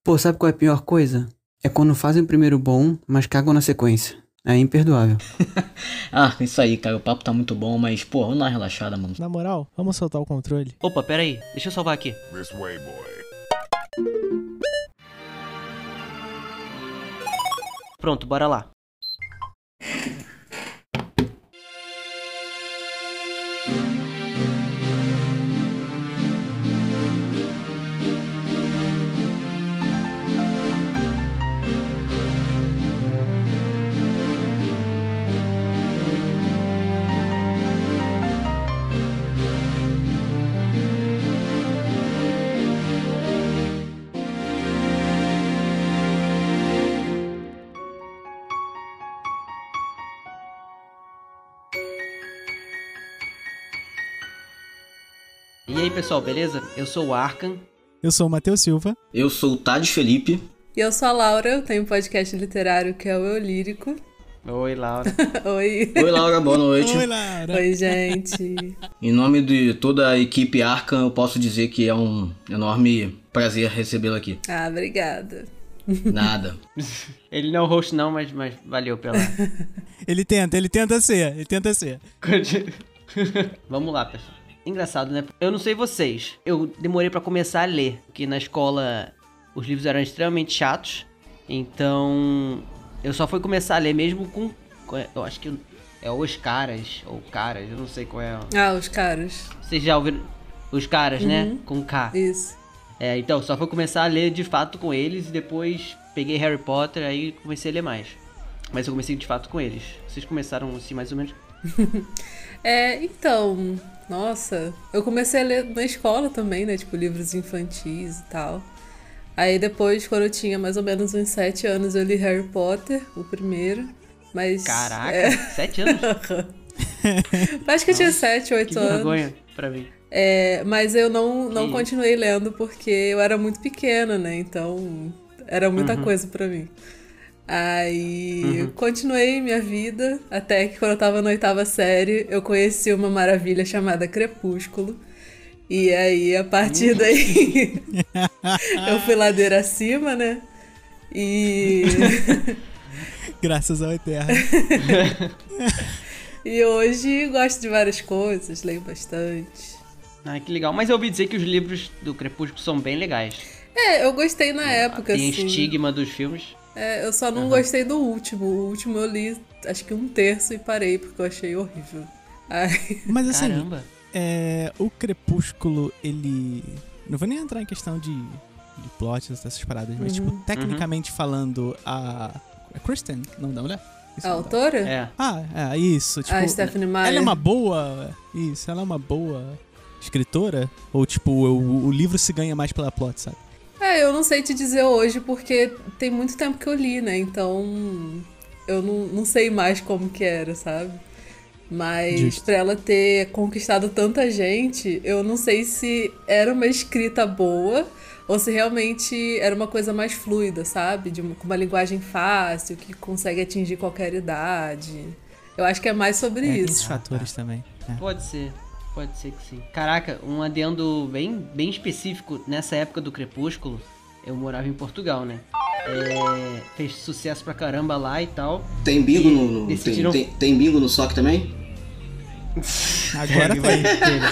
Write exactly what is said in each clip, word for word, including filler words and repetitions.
Pô, sabe qual é a pior coisa? É quando fazem o primeiro bom, mas cagam na sequência. É imperdoável. Ah, isso aí, cara. O papo tá muito bom, mas, pô, vamos dar uma relaxada, mano. Na moral, vamos soltar o controle. Opa, pera aí. Deixa eu salvar aqui. This way, boy. Pronto, bora lá. E aí, pessoal, beleza? Eu sou o Arkan. Eu sou o Matheus Silva. Eu sou o Tade Felipe. E eu sou a Laura, eu tenho um podcast literário que é o Eu Lírico. Oi, Laura. Oi. Oi, Laura, boa noite. Oi, Laura. Oi, gente. Em nome de toda a equipe Arkan, eu posso dizer que é um enorme prazer recebê-lo aqui. Ah, obrigada. Nada. Ele não é o host não, mas, mas valeu pela... Ele tenta, ele tenta ser, ele tenta ser. Vamos lá, pessoal. Engraçado, né? Eu não sei vocês. Eu demorei pra começar a ler, porque na escola os livros eram extremamente chatos. Então, eu só fui começar a ler mesmo com... Eu acho que é Os Caras, ou Caras, eu não sei qual é. Ah, Os Caras. Vocês já ouviram? Os Caras, Uhum. né? Com K. Isso. É, então, só fui começar a ler de fato com eles e depois peguei Harry Potter, aí comecei a ler mais. Mas eu comecei de fato com eles. Vocês começaram assim, mais ou menos? É, então, nossa, eu comecei a ler na escola também, né? Tipo, livros infantis e tal. Aí depois, quando eu tinha mais ou menos uns sete anos, eu li Harry Potter, o primeiro. Mas. Caraca, é... sete anos? Acho que eu tinha sete, Que oito anos. vergonha pra mim. É, mas eu não, não Que continuei lendo porque eu era muito pequena, né? Então era muita Uhum. coisa pra mim. Aí Uhum. continuei minha vida até que quando eu tava na oitava série eu conheci uma maravilha chamada Crepúsculo. E aí a partir Uhum. daí eu fui ladeira acima, né? E Graças ao Eterno. e hoje gosto de várias coisas, leio bastante. Ai, que legal. Mas eu ouvi dizer que os livros do Crepúsculo são bem legais. É, eu gostei na época, Tem assim. estigma dos filmes. É, eu só não Aham. gostei do último. O último eu li, acho que um terço e parei, porque eu achei horrível. Ai, Mas assim, Caramba. é, o Crepúsculo, ele... Não vou nem entrar em questão de, de plot, essas paradas, mas, Uhum. tipo, tecnicamente falando, a... É Kristen? Não, da mulher? Isso, a não. autora? É. Ah, é, isso. Tipo, A Stephanie Meyer. ela é uma boa... Isso, ela é uma boa escritora? Ou, tipo, o, o livro se ganha mais pela plot, sabe? É, eu não sei te dizer hoje, porque tem muito tempo que eu li, né? Então, eu não, não sei mais como que era, sabe? Mas Justo. pra ela ter conquistado tanta gente, eu não sei se era uma escrita boa ou se realmente era uma coisa mais fluida, sabe? De uma, com uma linguagem fácil, que consegue atingir qualquer idade. Eu acho que é mais sobre É, tem esses isso. fatores também. É. Pode ser. Pode ser que sim. Caraca, um adendo bem, bem específico. Nessa época do Crepúsculo, eu morava em Portugal, né? É, fez sucesso pra caramba lá e tal. Tem bingo E no, no- decidiram- tem, tem, tem bingo no S O C também? Agora Ele vai tem. ter.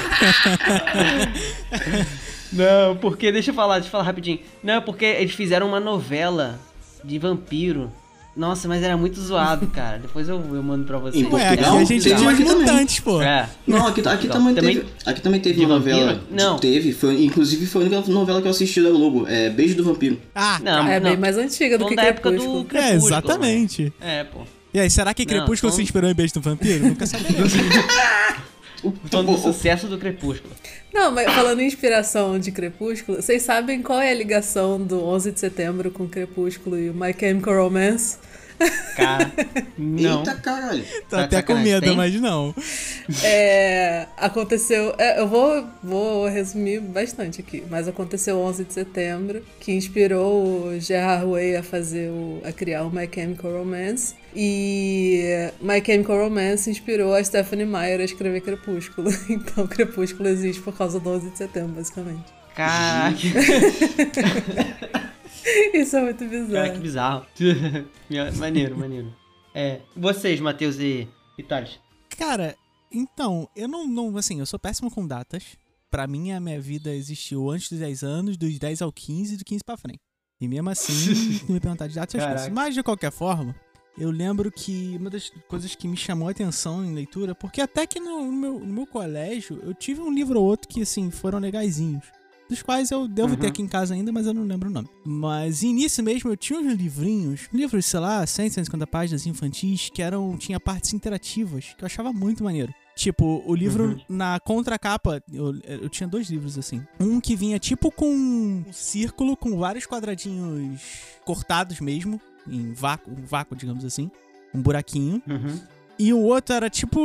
Não, porque... Deixa eu falar, deixa eu falar rapidinho. Não, porque eles fizeram uma novela de vampiro. Nossa, mas era muito zoado, cara. Depois eu, eu mando pra vocês. Em Ué, aqui Portugal? a gente Teve tinha os aqui também. mutantes, pô. É. Não, aqui, aqui, Então, também, também- teve, aqui também teve de uma novela. vampiro? Não. Teve, foi, inclusive foi a única novela que eu assisti da Globo. É Beijo do Vampiro. Ah, Não, É não. bem mais antiga do Falando que da época Crepúsculo. do Crepúsculo. é, exatamente. Né? É, pô. E aí, será que Não, Crepúsculo então- se inspirou em Beijo do Vampiro? Nunca saberemos. Falando do sucesso do Crepúsculo. Não, mas falando em inspiração de Crepúsculo, vocês sabem qual é a ligação do onze de setembro com Crepúsculo e o My Chemical Romance? Cara, não. Eita caralho. Tô Tá até com sacanagem, medo, tem? mas não. É, aconteceu... é, eu vou, vou resumir bastante aqui, mas aconteceu onze de setembro, que inspirou o Gerard Way a fazer o, a criar o My Chemical Romance, e My Chemical Romance inspirou a Stephanie Meyer a escrever Crepúsculo. Então Crepúsculo existe por causa do onze de setembro, basicamente. Caraca. Isso é muito Cara, que bizarro. bizarro. Maneiro, maneiro. É, vocês, Matheus e, e Thales? Cara, então, eu não, não, assim, eu sou péssimo com datas. Pra mim, a minha vida existiu antes dos dez anos, dos dez ao quinze e do quinze pra frente. E mesmo assim, se me perguntar de datas, eu esqueço. Mas, de qualquer forma, eu lembro que uma das coisas que me chamou a atenção em leitura, porque até que no, no, meu, no meu colégio, eu tive um livro ou outro que, assim, foram legaizinhos. Dos quais eu devo Uhum. ter aqui em casa ainda, mas eu não lembro o nome. Mas, início mesmo, eu tinha uns livrinhos, livros, sei lá, cem, cento e cinquenta páginas infantis, que eram, tinha partes interativas, que eu achava muito maneiro. Tipo, o livro Uhum. na contracapa, eu, eu tinha dois livros assim. Um que vinha tipo com um círculo com vários quadradinhos cortados mesmo, em vácuo, um vácuo, digamos assim, um buraquinho. Uhum. E o outro era tipo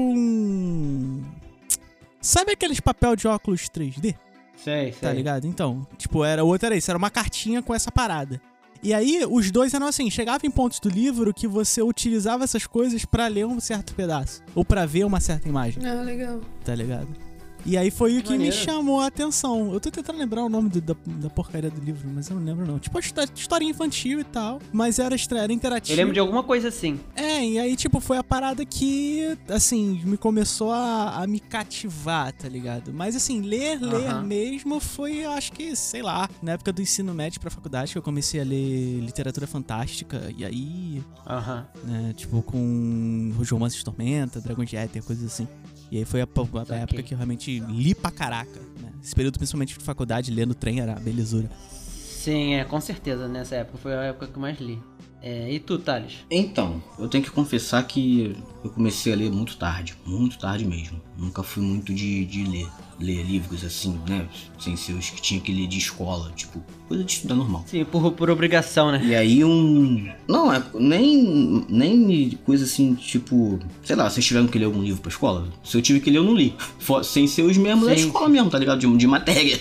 um... Sabe aqueles papel de óculos três D? Sei, sei. Tá ligado? Então, tipo, era, o outro era isso, era uma cartinha com essa parada. E aí, os dois eram assim, chegava em pontos do livro que você utilizava essas coisas pra ler um certo pedaço. Ou pra ver uma certa imagem, Ah, legal. tá ligado? E aí foi o que Maneiro. me chamou a atenção. Eu tô tentando lembrar o nome do- da, da porcaria do livro, mas eu não lembro não. Tipo, a histó- historinha infantil e tal, mas era, extra- era interativo. Eu lembro de alguma coisa assim. É, e aí, tipo, foi a parada que, assim, me começou a, a me cativar, tá ligado? Mas, assim, ler, ler Aham. mesmo foi, eu acho que, sei lá, na época do ensino médio pra faculdade, que eu comecei a ler literatura fantástica, e aí, Aham. né, tipo, com os romances de Tormenta, Dragon de Éter, coisas assim. E aí foi a, a- a Saquei. época que eu realmente li pra caraca, né? Esse período, principalmente de faculdade, lendo trem, era belezura. Sim, é, com certeza. Nessa época foi a época que eu mais li. É, e tu, Thales? Então, eu tenho que confessar que eu comecei a ler muito tarde, muito tarde mesmo. Nunca fui muito de, de ler, ler livros assim, né? Sem ser os que tinha que ler de escola, tipo, coisa de estudar normal. Sim, por, por obrigação, né? E aí um... Não, é nem, nem coisa assim, tipo... Sei lá, vocês tiveram que ler algum livro pra escola? Se eu tive que ler, eu não li. For- Sem ser os mesmos da Sim, escola sim. mesmo, tá ligado? De, de matéria.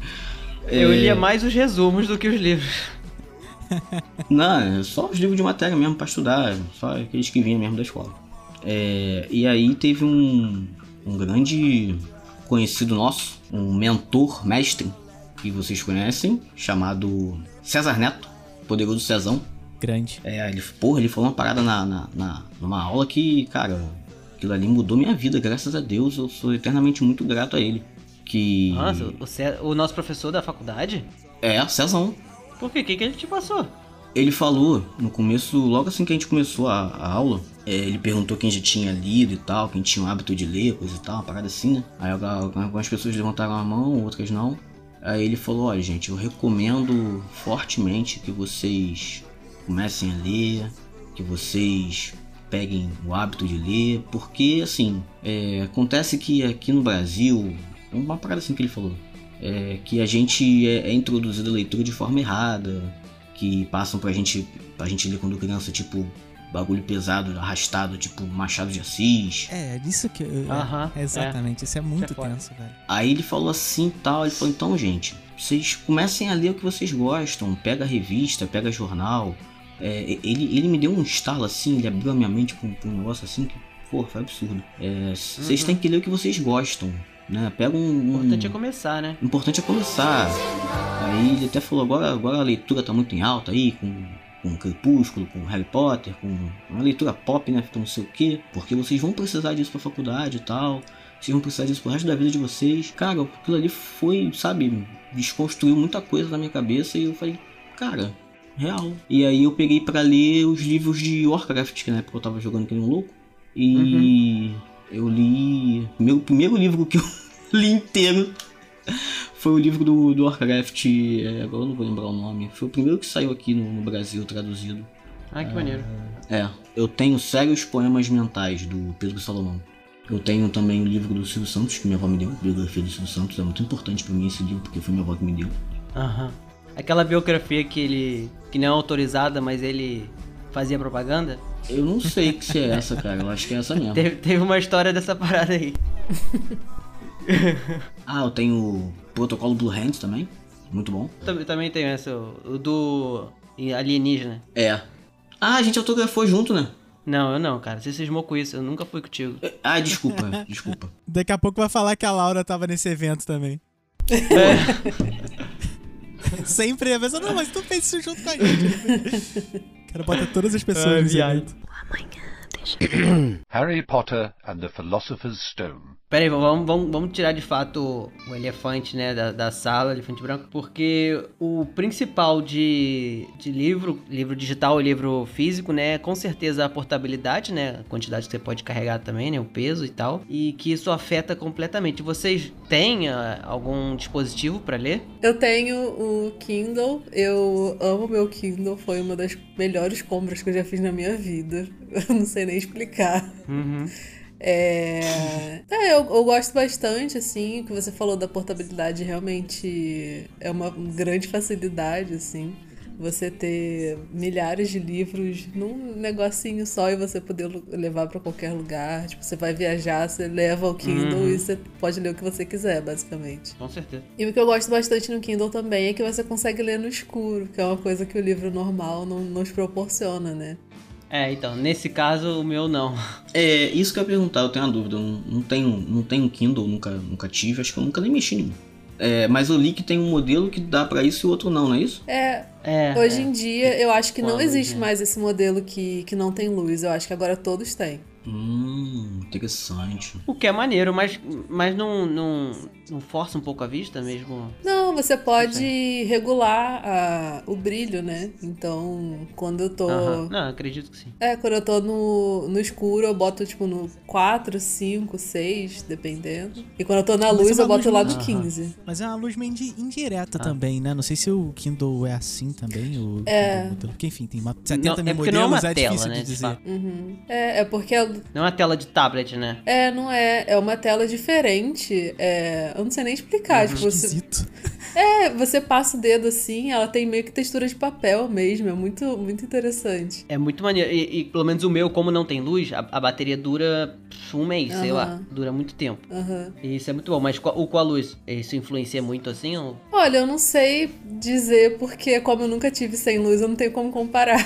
Eu É. lia mais os resumos do que os livros. Não, é só os livros de matéria mesmo pra estudar, só aqueles que vinham mesmo da escola. É, e aí teve um, um grande conhecido nosso, um mentor, mestre, que vocês conhecem, chamado César Neto, Poderoso Cezão. Grande. É, ele, porra, ele falou uma parada na, na, na- numa aula que, cara, aquilo ali mudou minha vida, graças a Deus, eu sou eternamente muito grato a ele. Que... Nossa, o, Cé- o nosso professor da faculdade? É, Cezão. Por quê? O que, que ele te passou? Ele falou, no começo, logo assim que a gente começou a, a aula, é, ele perguntou quem já tinha lido e tal, quem tinha o hábito de ler, coisa e tal, uma parada assim, né? Aí algu- algumas pessoas levantaram a mão, outras não. Aí ele falou, olha gente, eu recomendo fortemente que vocês comecem a ler, que vocês peguem o hábito de ler, porque assim, é, acontece que aqui no Brasil, uma parada assim que ele falou, é, que a gente é, é introduzido a leitura de forma errada, que passam pra gente, pra gente ler quando criança, tipo, bagulho pesado, arrastado, tipo Machado de Assis. É, isso que... eu- Aham, é, exatamente, isso é muito foda. tenso, velho. Aí ele falou assim tal, ele falou, então gente, vocês comecem a ler o que vocês gostam, pega a revista, pega jornal. É, ele, ele me deu um estalo assim, ele abriu a minha mente com, com um negócio assim que, pô, foi absurdo. É, vocês Uhum. têm que ler o que vocês gostam, né? Pega um... O um- importante é começar, né? O importante é começar. Aí ele até falou, agora, agora a leitura tá muito em alta aí, com, com Crepúsculo, com Harry Potter, com uma leitura pop, né, não sei o que, porque vocês vão precisar disso pra faculdade e tal, vocês vão precisar disso pro resto da vida de vocês. Cara, aquilo ali foi, sabe, desconstruiu muita coisa na minha cabeça e eu falei, cara, real. E aí eu peguei pra ler os livros de Warcraft, que na época eu tava jogando que nem um louco, e eu li... Meu primeiro livro que eu li inteiro foi o livro do, do Warcraft, é, agora eu não vou lembrar o nome. Foi o primeiro que saiu aqui no, no Brasil, traduzido. Ah, que maneiro. É, eu tenho Sérios Poemas Mentais, do Pedro Salomão. Eu tenho também o livro do Silvio Santos, que minha avó me deu, a biografia do Silvio Santos. É muito importante pra mim esse livro, porque foi minha avó que me deu. Aham. Aquela biografia que ele... que não é autorizada, mas ele fazia propaganda. Eu não sei que se é essa, cara, eu acho que é essa mesmo. Teve, teve uma história dessa parada aí. Ah, eu tenho o Protocolo Blue Hands também, muito bom. Também, também tem essa, o o do alienígena. É. Ah, a gente autografou junto, né? Não, eu não, cara. Você cismou com isso, eu nunca fui contigo. Ah, desculpa, desculpa. Daqui a pouco vai falar que a Laura tava nesse evento também. Sempre a pessoa, não, mas tu fez isso junto com a gente. O cara bota todas as pessoas Ai, no viado. evento. Harry Potter and the Philosopher's Stone. Pera aí, vamos, vamos, vamos tirar de fato o elefante, né, da, da sala, o elefante branco, porque o principal de, de livro, livro digital e livro físico, né, com certeza a portabilidade, né, a quantidade que você pode carregar também, né, o peso e tal, e que isso afeta completamente. Vocês têm uh, algum dispositivo pra ler? Eu tenho o Kindle, eu amo meu Kindle, foi uma das melhores compras que eu já fiz na minha vida. Eu não sei nem explicar. Uhum. É, é eu, eu gosto bastante, assim, o que você falou da portabilidade realmente é uma grande facilidade, assim, você ter milhares de livros num negocinho só e você poder levar pra qualquer lugar. Tipo, você vai viajar, você leva o Kindle Uhum. e você pode ler o que você quiser, basicamente. Com certeza. E o que eu gosto bastante no Kindle também é que você consegue ler no escuro, que é uma coisa que o livro normal não nos proporciona, né? É, então, nesse caso, o meu não. É, isso que eu ia perguntar, eu tenho uma dúvida. Eu não, não tenho, não tenho Kindle, nunca, nunca tive, acho que eu nunca nem mexi nenhum. É, mas eu li que tem um modelo que dá pra isso e o outro não, não é isso? É, É, hoje é. em dia eu acho que Com não a luz, existe né? mais esse modelo que, que não tem luz, eu acho que agora todos têm. Hum, interessante. O que é maneiro, mas, mas não, não, não força um pouco a vista mesmo? Não, você pode regular a, o brilho, né? Então, quando eu tô... Aham. Não, acredito que sim. É, quando eu tô no, no escuro, eu boto, tipo, no quatro, cinco, seis, dependendo. E quando eu tô na Mas luz, é eu uma boto luz lá muito- do quinze. Mas é uma luz meio indi- indireta Ah. também, né? Não sei se o Kindle é assim também. O É. Kindle modelo, porque, enfim, tem uma setenta Não, mil é porque não é uma modelos, é tela, difícil né, de de dizer. fato. Uhum. É, é porque... Não é uma tela de tablet, né? É, não é. É uma tela diferente. É, eu não sei nem explicar. Tipo, você, Esquisito. é, você passa o dedo assim, ela tem meio que textura de papel mesmo. É muito, muito interessante. É muito maneiro. E, e pelo menos o meu, como não tem luz, a, a bateria dura um mês, sei Aham. lá. Dura muito tempo. Aham. E isso é muito bom. Mas com a, o com a luz, isso influencia muito assim? Ou... Olha, eu não sei dizer porque, como eu nunca tive sem luz, eu não tenho como comparar.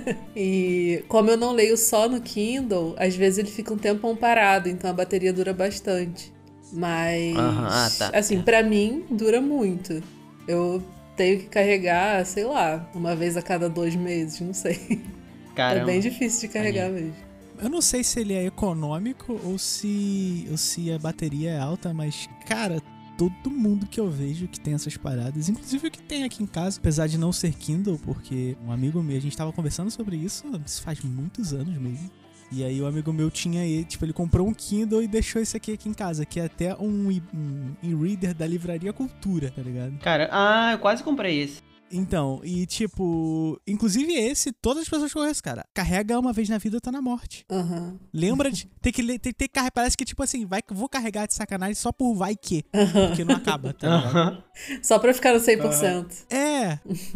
E como eu não leio só no Kindle, às vezes ele fica um tempão parado, então a bateria dura bastante. Mas, Aham, ah, tá. assim, pra mim, dura muito. Eu tenho que carregar, sei lá, uma vez a cada dois meses, não sei. Caramba. É bem difícil de carregar mesmo. Eu não sei se ele é econômico ou se, ou se a bateria é alta, mas, cara, todo mundo que eu vejo que tem essas paradas, inclusive o que tem aqui em casa, apesar de não ser Kindle, porque um amigo meu, a gente tava conversando sobre isso, isso faz muitos anos mesmo. E aí o amigo meu tinha, ele, tipo, ele comprou um Kindle e deixou esse aqui aqui em casa, que é até um, e- um e-reader da Livraria Cultura, tá ligado? Cara, ah, eu quase comprei esse. Então, e tipo, inclusive esse, todas as pessoas que eu conheço, cara, carrega uma vez na vida, tá na morte. Aham. Lembra de ter que, le- ter, ter carregar, parece que tipo assim, vai, vou carregar de sacanagem só por vai que, porque não acaba, tá ligado? Só pra ficar no cem por cento. É,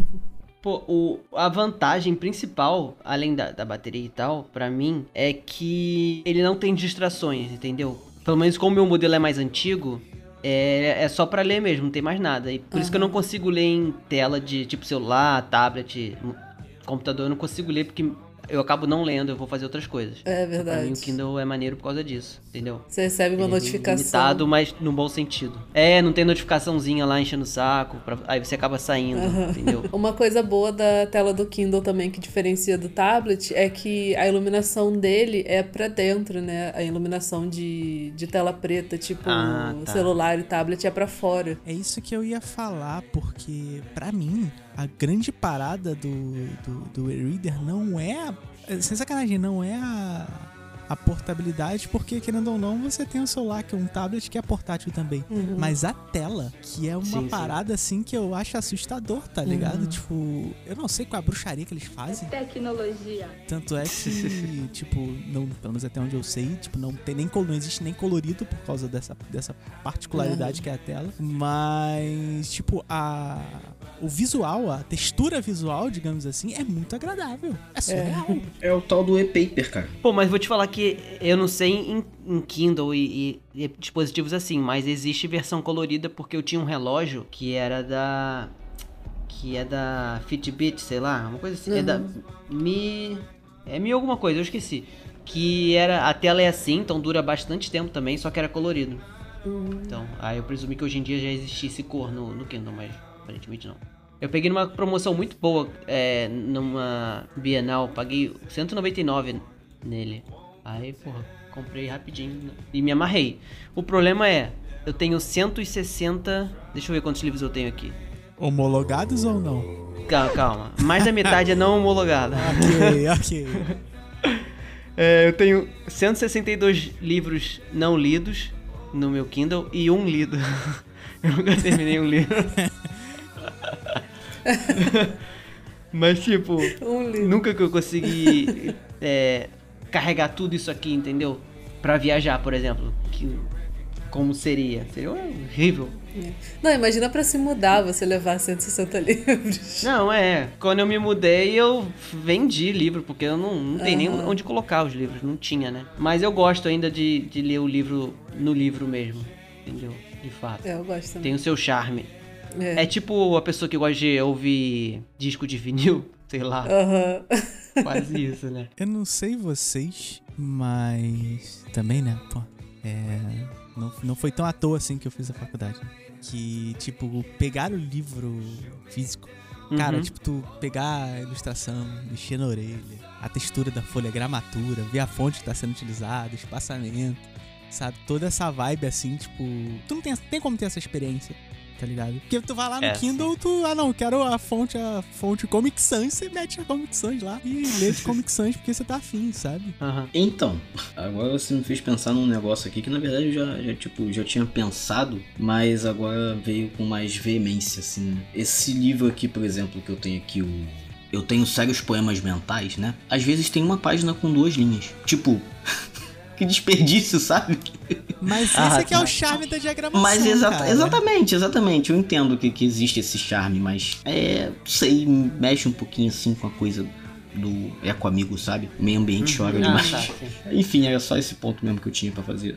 Pô, o, a vantagem principal, além da, da bateria e tal, pra mim, é que ele não tem distrações, entendeu? Pelo menos como o meu modelo é mais antigo, é, é só pra ler mesmo, não tem mais nada. E por isso que eu não consigo ler em tela de tipo celular, tablet, computador, eu não consigo ler porque eu acabo não lendo, eu vou fazer outras coisas. É Pra verdade. mim o Kindle é maneiro por causa disso, entendeu? Você recebe uma Ele é notificação. limitado, mas no bom sentido. É, não tem notificaçãozinha lá enchendo o saco, pra- aí você acaba saindo, entendeu? Uma coisa boa da tela do Kindle também que diferencia do tablet é que a iluminação dele é pra dentro, né? A iluminação de, de tela preta, tipo Ah, tá. celular e tablet é pra fora. é isso que eu ia falar, porque pra mim, a grande parada do, do, do e-reader não é, a, sem sacanagem, não é a, a portabilidade, porque querendo ou não, você tem um celular que é um tablet que é portátil também. Mas a tela, que é uma Sim, sim. parada assim que eu acho assustador, tá ligado? Tipo, eu não sei qual é a bruxaria que eles fazem. Tecnologia. Tanto é que, tipo, não, pelo menos até onde eu sei, tipo, não tem nem col- não existe nem colorido por causa dessa, dessa particularidade que é a tela. Mas, tipo, a o visual, a textura visual, digamos assim, é muito agradável. É surreal. É o tal do e-paper, cara. Pô, mas vou te falar que eu não sei em, em Kindle e, e- e dispositivos assim, mas existe versão colorida porque eu tinha um relógio que era da... que é da Fitbit, sei lá, uma coisa assim. É da Mi... é Mi alguma coisa, eu esqueci. Que era... a tela é assim, então dura bastante tempo também, só que era colorido. Então, aí eu presumi que hoje em dia já existisse cor no, no Kindle, mas aparentemente não. Eu peguei numa promoção muito boa, é, numa Bienal, paguei cento e noventa e nove nele. Aí, porra, comprei rapidinho e me amarrei. O problema é, eu tenho cento e sessenta... Deixa eu ver quantos livros eu tenho aqui. Homologados ou não? Calma, calma. Mais da metade é não homologada. Ok, ok. É, eu tenho cento e sessenta e dois livros não lidos no meu Kindle e um lido. Eu nunca terminei um livro. Mas, tipo, Um livro. nunca que eu consegui é, carregar tudo isso aqui, entendeu? Pra viajar, por exemplo. Que, como seria? Seria horrível. Não, imagina pra se mudar você levar cento e sessenta livros. Não, é. Quando eu me mudei, eu vendi livro, porque eu não, não tenho Uhum. nem onde colocar os livros. Não tinha, né? Mas eu gosto ainda de, de ler o livro no livro mesmo. Entendeu? De fato. É, eu gosto também. Tem o seu charme. É. É tipo a pessoa que gosta de ouvir disco de vinil, sei lá. Aham. Quase isso, né? Eu não sei vocês, mas... Também, né? Pô, é... Não, não foi tão à toa assim que eu fiz a faculdade. Que, tipo, pegar o livro físico... Cara, Uhum. tipo, tu pegar a ilustração, mexer na orelha, a textura da folha, a gramatura, ver a fonte que tá sendo utilizada, espaçamento, sabe? Toda essa vibe, assim, tipo... Tu não tem, tem como ter essa experiência, tá ligado? Porque tu vai lá no É, Kindle, tu... Ah, não, eu quero a fonte, a fonte Comic Sans, você mete a Comic Sans lá e lê de Comic Sans porque você tá afim, sabe? Aham. Então, agora você me fez pensar num negócio aqui que na verdade eu já, já, tipo, já tinha pensado, mas agora veio com mais veemência, assim. Esse livro aqui, por exemplo, que eu tenho aqui, o... Eu tenho sérios poemas mentais, né? Às vezes tem uma página com duas linhas. Tipo, que desperdício, sabe? Mas esse Ah, aqui é o mas- charme da diagramação, Mas exa cara. exatamente, exatamente. Eu entendo que, que existe esse charme, mas é, sei, mexe um pouquinho assim com a coisa do eco amigo, sabe? O meio ambiente chora Ah, demais. tá, sim. Enfim, era só esse ponto mesmo que eu tinha pra fazer.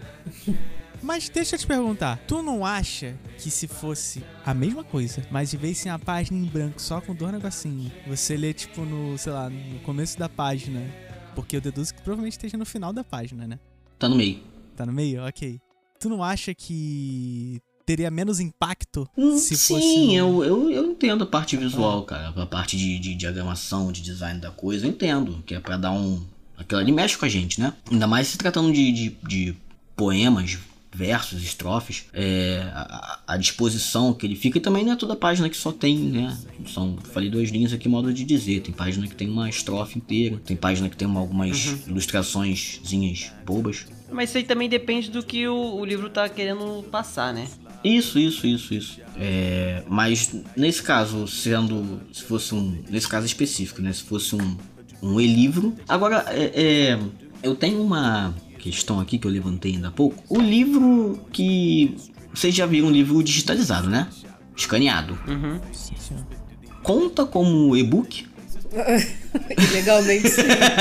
Mas deixa eu te perguntar, tu não acha que se fosse a mesma coisa, mas de vez em a página em branco só com dois negocinhos, você lê tipo no, sei lá, no começo da página, porque eu deduzo que provavelmente esteja no final da página, né? Tá no meio. Tá no meio? Ok. Tu não acha que teria menos impacto Hum, se Sim, fosse... um- eu, eu, eu entendo a parte visual, cara. A parte de, de diagramação, de design da coisa, eu entendo. Que é pra dar um... Aquilo ali mexe com a gente, né? Ainda mais se tratando de, de, de poemas, versos, estrofes. É, a, a disposição que ele fica. E também não é toda página que só tem, né? São, falei duas linhas aqui, modo de dizer. Tem página que tem uma estrofe inteira. Tem página que tem uma, algumas Uhum. ilustraçõezinhas bobas. Mas isso aí também depende do que o, o livro tá querendo passar, né? Isso, isso, isso, isso. É, mas nesse caso, sendo. Se fosse um. Nesse caso específico, né? Se fosse um, um e-livro. Agora, é, é, eu tenho uma questão aqui que eu levantei ainda há pouco. O livro que. Vocês já viram um livro digitalizado, né? Escaneado. Uhum. Sim, senhor. Conta como e-book? Ilegalmente, sim.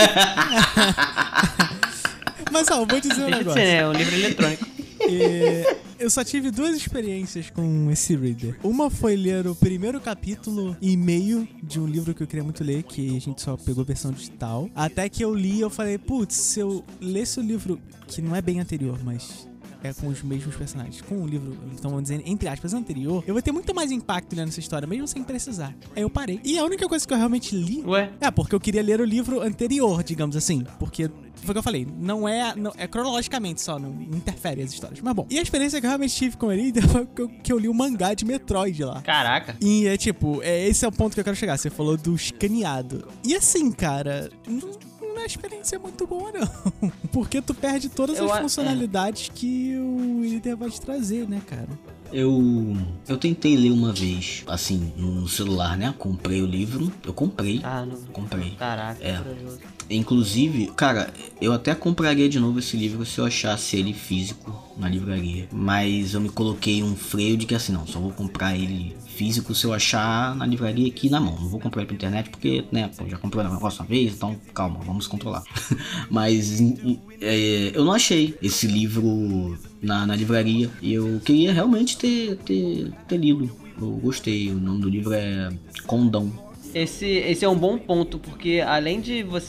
Mas ó, eu vou dizer um Deixa de negócio. ser, né? É um livro eletrônico. É, eu só tive duas experiências com esse reader. Uma foi ler o primeiro capítulo e meio de um livro que eu queria muito ler, que a gente só pegou a versão digital. Até que eu li, eu falei, putz, se eu lesse o livro, que não é bem anterior, mas é com os mesmos personagens, com o livro, então vamos dizer, entre aspas, anterior, eu vou ter muito mais impacto lendo essa história, mesmo sem precisar. Aí eu parei. E a única coisa que eu realmente li Ué? é, porque eu queria ler o livro anterior, digamos assim. Porque, foi o que eu falei, não é, não, é cronologicamente só, não, não interfere as histórias. Mas bom, e a experiência que eu realmente tive com ele foi que eu, que eu li o mangá de Metroid lá. Caraca. E é tipo, é, esse é o ponto que eu quero chegar. Você falou do escaneado. E assim, cara, não, não é uma experiência muito boa, não. Porque tu perde todas Eu as a- funcionalidades que o líder vai te trazer, né, cara? Eu. Eu tentei ler uma vez, assim, no celular, né? Comprei o livro. Eu comprei. Ah, não. Comprei. Caraca, É. corajoso. Inclusive, cara, eu até compraria de novo esse livro se eu achasse ele físico na livraria. Mas eu me coloquei um freio de que assim, não, só vou comprar ele físico se eu achar na livraria aqui na mão. Não vou comprar ele pela internet porque, né, pô, já comprei o negócio uma vez, então calma, vamos controlar. Mas é, eu não achei esse livro na, na livraria e eu queria realmente ter, ter, ter lido. Eu gostei, o nome do livro é Condão. Esse, esse é um bom ponto, porque além de você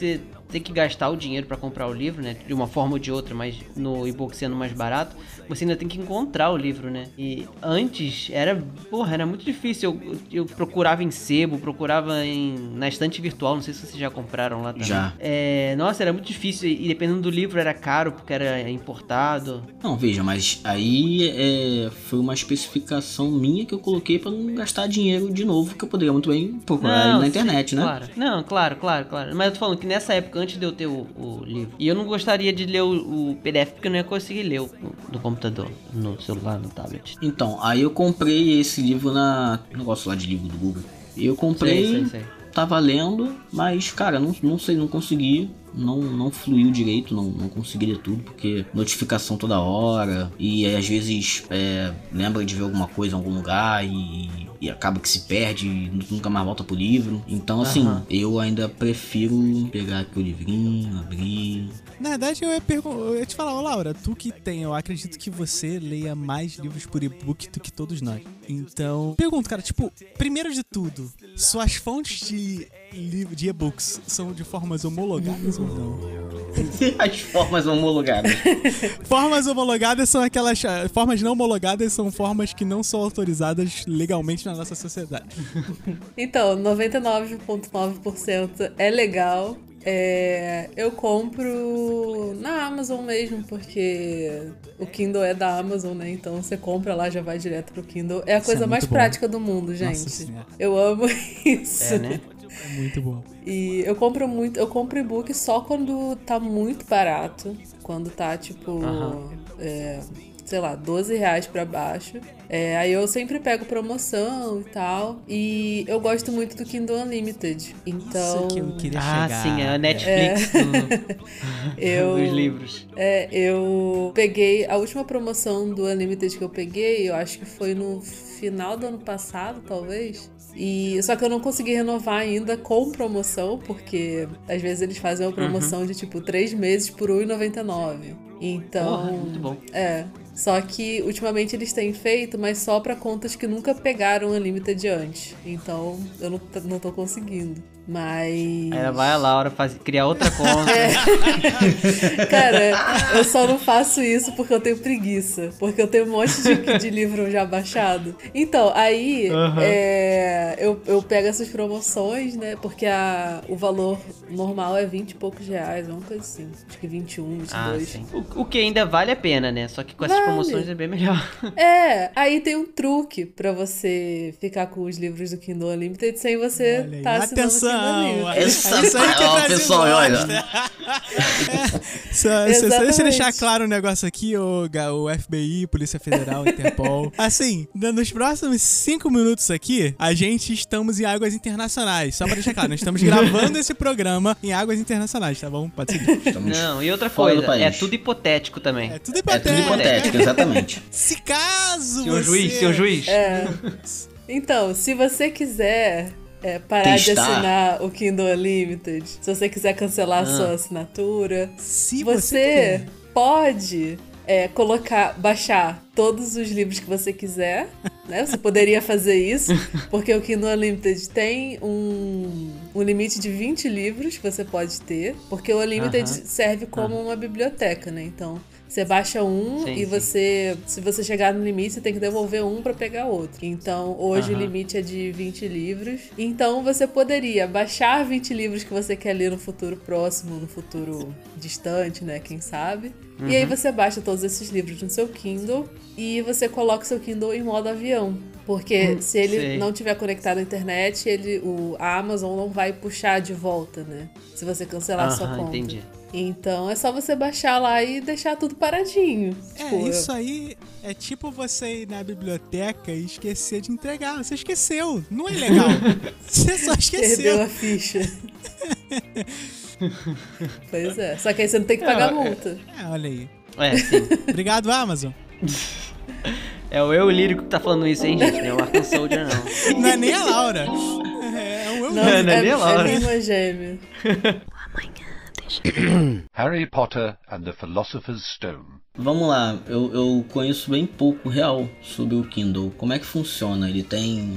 tem que gastar o dinheiro pra comprar o livro, né? De uma forma ou de outra, mas no e-book sendo mais barato, você ainda tem que encontrar o livro, né? E antes era, porra, era muito difícil. Eu, eu procurava em sebo, procurava em, na estante virtual, não sei se vocês já compraram lá também. Já. É, nossa, era muito difícil e dependendo do livro era caro porque era importado. Não, veja, mas aí é, foi uma especificação minha que eu coloquei pra não gastar dinheiro de novo, que eu poderia muito bem procurar Não, na sim, internet, né? Claro. Não, claro, claro, claro. Mas eu tô falando que nessa época, antes de eu ter o, o livro, e eu não gostaria de ler o, o P D F porque eu não ia conseguir ler o, no computador, no celular, no tablet. Então, aí eu comprei esse livro na... negócio lá de livro do Google. Eu comprei, Sei, sei, sei. tava lendo, mas, cara, não, não sei, não consegui. Não, não fluiu direito, não, não consegui ler tudo, porque notificação toda hora, e aí, às vezes é, lembra de ver alguma coisa em algum lugar e, e acaba que se perde e nunca mais volta pro livro. Então, assim, Aham. eu ainda prefiro pegar aqui o livrinho, abrir. Na verdade, eu ia, pergun- eu ia te falar, ô Laura, tu que tem, eu acredito que você leia mais livros por e-book do que todos nós. Então, pergunto, cara, tipo, primeiro de tudo, suas fontes de, livro, de e-books são de formas homologadas ou não? As formas homologadas. Formas homologadas são aquelas... Formas não homologadas são formas que não são autorizadas legalmente na nossa sociedade. Então, noventa e nove vírgula nove por cento é legal. É, eu compro na Amazon mesmo, porque o Kindle é da Amazon, né? Então você compra lá, já vai direto pro Kindle. É a Isso coisa é mais muito bom. prática do mundo, gente. Nossa Senhora. Eu amo isso. É, né? É muito bom. E eu compro muito, eu compro e-book só quando tá muito barato. Quando tá, tipo, Aham. é, sei lá, doze reais pra baixo. É, aí eu sempre pego promoção e tal. E eu gosto muito do Kindle Unlimited. Então, Isso que eu queria Ah, chegar. sim, é a Netflix do- eu, dos livros. é, eu peguei a última promoção do Unlimited que eu peguei, eu acho que foi no final do ano passado, talvez. E só que eu não consegui renovar ainda com promoção, porque às vezes eles fazem uma promoção de tipo três meses por um real e noventa e nove centavos. Então, Porra, muito bom. é. Só que ultimamente eles têm feito, mas só pra contas que nunca pegaram Unlimited antes. Então eu não, t- não tô conseguindo. Mas. Aí ela vai a Laura faz, criar outra conta. Cara, eu só não faço isso porque eu tenho preguiça. Porque eu tenho um monte de, de livro já baixado. Então, aí Aham. é, eu, eu pego essas promoções, né? Porque a, o valor normal é vinte e poucos reais, uma coisa assim. Acho que vinte e um, vinte e Ah, dois. sim. O, o que ainda vale a pena, né? Só que com essas Vale. promoções é bem melhor. É, aí tem um truque pra você ficar com os livros do Kindle Unlimited sem você Olha aí. tá assinando o Atenção! Kindle Unlimited. É Essa- isso aí que o Ó, Brasil pessoal, gosta. olha. Só, só, deixa eu Exatamente. deixar claro um negócio aqui, o, Ga- o F B I, Polícia Federal, Interpol. Assim, no- nos próximos cinco minutos aqui, a gente estamos em águas internacionais. Só pra deixar claro, nós estamos gravando esse programa em águas internacionais, tá bom? Pode seguir. Estamos Não, e outra fora do coisa, é país. tudo hipotético também. É tudo É hipotético. tudo hipotético, exatamente. Se caso Senhor você... juiz, senhor juiz. É. Então, se você quiser é, parar de Testar. assinar o Kindle Unlimited, se você quiser cancelar a Ah. sua assinatura, Se você, você quiser. pode é, colocar, baixar todos os livros que você quiser, né? Você poderia fazer isso, porque o Kindle Unlimited tem um, um limite de vinte livros que você pode ter, porque o Unlimited Aham. serve como uma biblioteca, né? Então, você baixa um Sim, e sim. você, se você chegar no limite, você tem que devolver um pra pegar outro. Então, hoje Aham. o limite é de vinte livros. Então, você poderia baixar vinte livros que você quer ler no futuro próximo, no futuro distante, né? Quem sabe? E aí você baixa todos esses livros no seu Kindle e você coloca o seu Kindle em modo avião. Porque se ele sei. não tiver conectado à internet, ele, o, a Amazon não vai puxar de volta, né? Se você cancelar a sua Aham, conta. entendi. Então é só você baixar lá e deixar tudo paradinho. É, Tipo, isso aí é tipo você ir na biblioteca e esquecer de entregar. Você esqueceu. Não é legal. Você só Perdeu esqueceu. a ficha. Pois é. Só que aí você não tem que pagar Não, é- multa. É, olha aí. É, sim. Obrigado, Amazon. É o eu lírico que tá falando isso, hein, gente? Não é o Arkham Soldier, não. Não é nem a Laura. É o eu. Não, não é é, nem a Laura. é irmã gêmea. Harry Potter and the Philosopher's Stone. Vamos lá, eu, eu conheço bem pouco real sobre o Kindle. Como é que funciona? Ele tem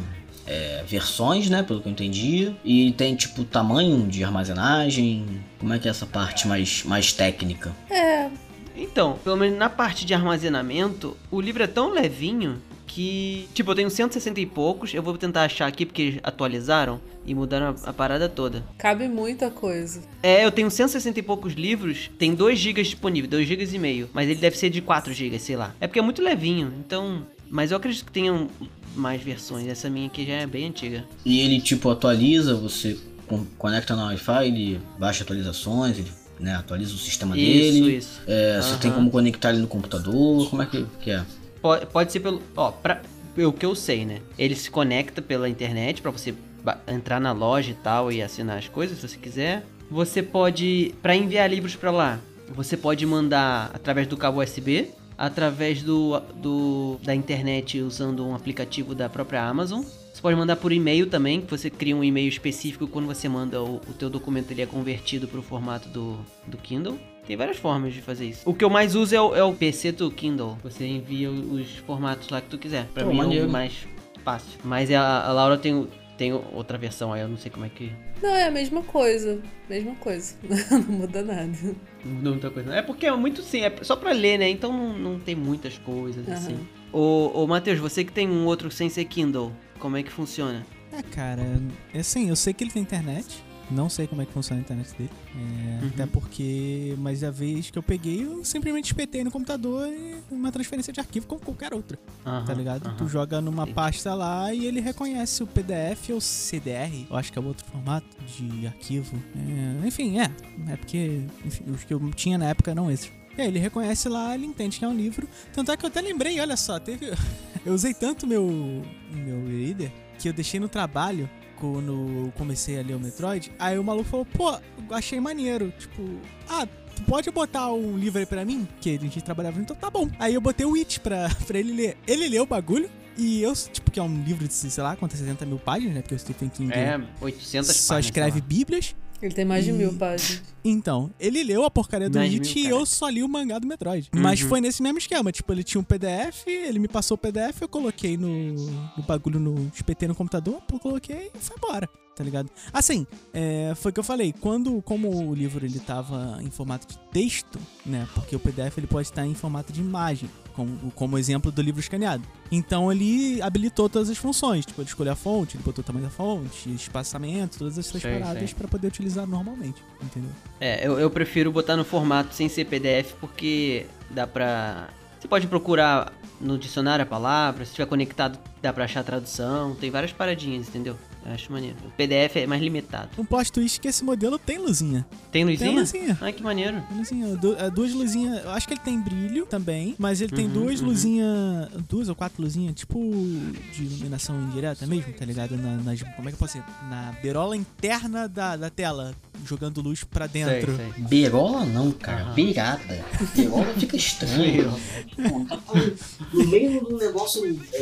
é, versões, né? Pelo que eu entendi. E tem, tipo, tamanho de armazenagem. Como é que é essa parte mais, mais técnica? É. Então, pelo menos na parte de armazenamento, o livro é tão levinho que... Tipo, eu tenho cento e sessenta e poucos. Eu vou tentar achar aqui porque eles atualizaram e mudaram a, a parada toda. Cabe muita coisa. É, eu tenho cento e sessenta e poucos livros. Tem dois gigas disponíveis, dois gigas e meio. Mas ele deve ser de quatro gigas, sei lá. É porque é muito levinho, então... Mas eu acredito que tenham mais versões. Essa minha aqui já é bem antiga. E ele, tipo, atualiza, você con- conecta no Wi-Fi, ele baixa atualizações, ele, né, atualiza o sistema Isso, dele. isso. É, Aham. Você tem como conectar ele no computador, como é que, que é? Pode, pode ser pelo... Ó, pra, o que eu sei, né? Ele se conecta pela internet pra você ba- entrar na loja e tal e assinar as coisas, se você quiser. Você pode... Pra enviar livros pra lá, você pode mandar através do cabo U S B, através do, do, da internet usando um aplicativo da própria Amazon. Você pode mandar por e-mail também, que você cria um e-mail específico. Quando você manda o, o teu documento, ele é convertido para o formato do, do Kindle. Tem várias formas de fazer isso. O que eu mais uso é o, é o P C do Kindle. Você envia os formatos lá que tu quiser. Pra Pô, mim maneiro. é o mais fácil. Mas a, a Laura tem, tem outra versão aí, eu não sei como é que... Não, é a mesma coisa. Mesma coisa. Não muda nada. Não muda muita coisa. É porque é muito sim, é só pra ler, né? Então não, não tem muitas coisas Aham. assim. Ô, ô Matheus, você que tem um outro sem ser Kindle, como é que funciona? É, cara, é assim, eu sei que ele tem internet. Não sei como é que funciona a internet dele. É, Uhum. Até porque, mas a vez que eu peguei, eu simplesmente espetei no computador e uma transferência de arquivo como qualquer outra. Aham, Tá ligado? aham. Tu joga numa Entendi. pasta lá e ele reconhece o P D F ou C D R. Eu acho que é outro formato de arquivo. É, enfim, é. É porque enfim, os que eu tinha na época eram esses. E aí ele reconhece lá, ele entende que é um livro. Tanto é que eu até lembrei, olha só, teve. Eu usei tanto meu, meu reader que eu deixei no trabalho quando eu comecei a ler o Metroid. Aí o maluco falou, pô, achei maneiro. Tipo, ah, tu pode botar um livro aí pra mim? Que a gente trabalhava junto, então tá bom. Aí eu botei o It pra, pra ele ler. Ele leu o bagulho. E eu, tipo, que é um livro de, sei lá, quantas sessenta mil páginas, né? Porque o Stephen King É, oitocentas só páginas, escreve sei lá. bíblias. Ele tem mais de E- mil páginas. Então, ele leu a porcaria do Mais de It mil, e cara. eu só li o mangá do Metroid. Uhum. Mas foi nesse mesmo esquema. Tipo, ele tinha um P D F, ele me passou o P D F, eu coloquei no, no bagulho, no espetei no computador, pô, coloquei e foi embora. Tá ligado? Assim, é, foi o que eu falei. Quando, como o livro ele tava em formato de texto, né? Porque o P D F ele pode estar em formato de imagem, como, como exemplo do livro escaneado. Então ele habilitou todas as funções. Tipo, ele escolheu a fonte, ele botou o tamanho da fonte, espaçamento, todas essas Sei, paradas sei. pra poder utilizar normalmente. Entendeu? É, eu, eu prefiro botar no formato sem ser P D F porque dá pra... Você pode procurar no dicionário a palavra, se estiver conectado dá pra achar a tradução, tem várias paradinhas, entendeu? Eu acho maneiro. O P D F é mais limitado. Um plot twist que esse modelo tem luzinha. Tem luzinha? Tem luzinha. Ai, que maneiro. Tem luzinha. Du- é, duas luzinhas. Eu acho que ele tem brilho também, mas ele tem Uhum, duas uhum. luzinhas. Duas ou quatro luzinhas, tipo de iluminação indireta mesmo, tá ligado? Na, nas, como é que eu posso dizer? Na berola interna da, da tela, jogando luz pra dentro. Sei, sei. Berola não, cara. Aham. Beirada. Berola fica estranho. Pô, tá no meio do negócio é, é,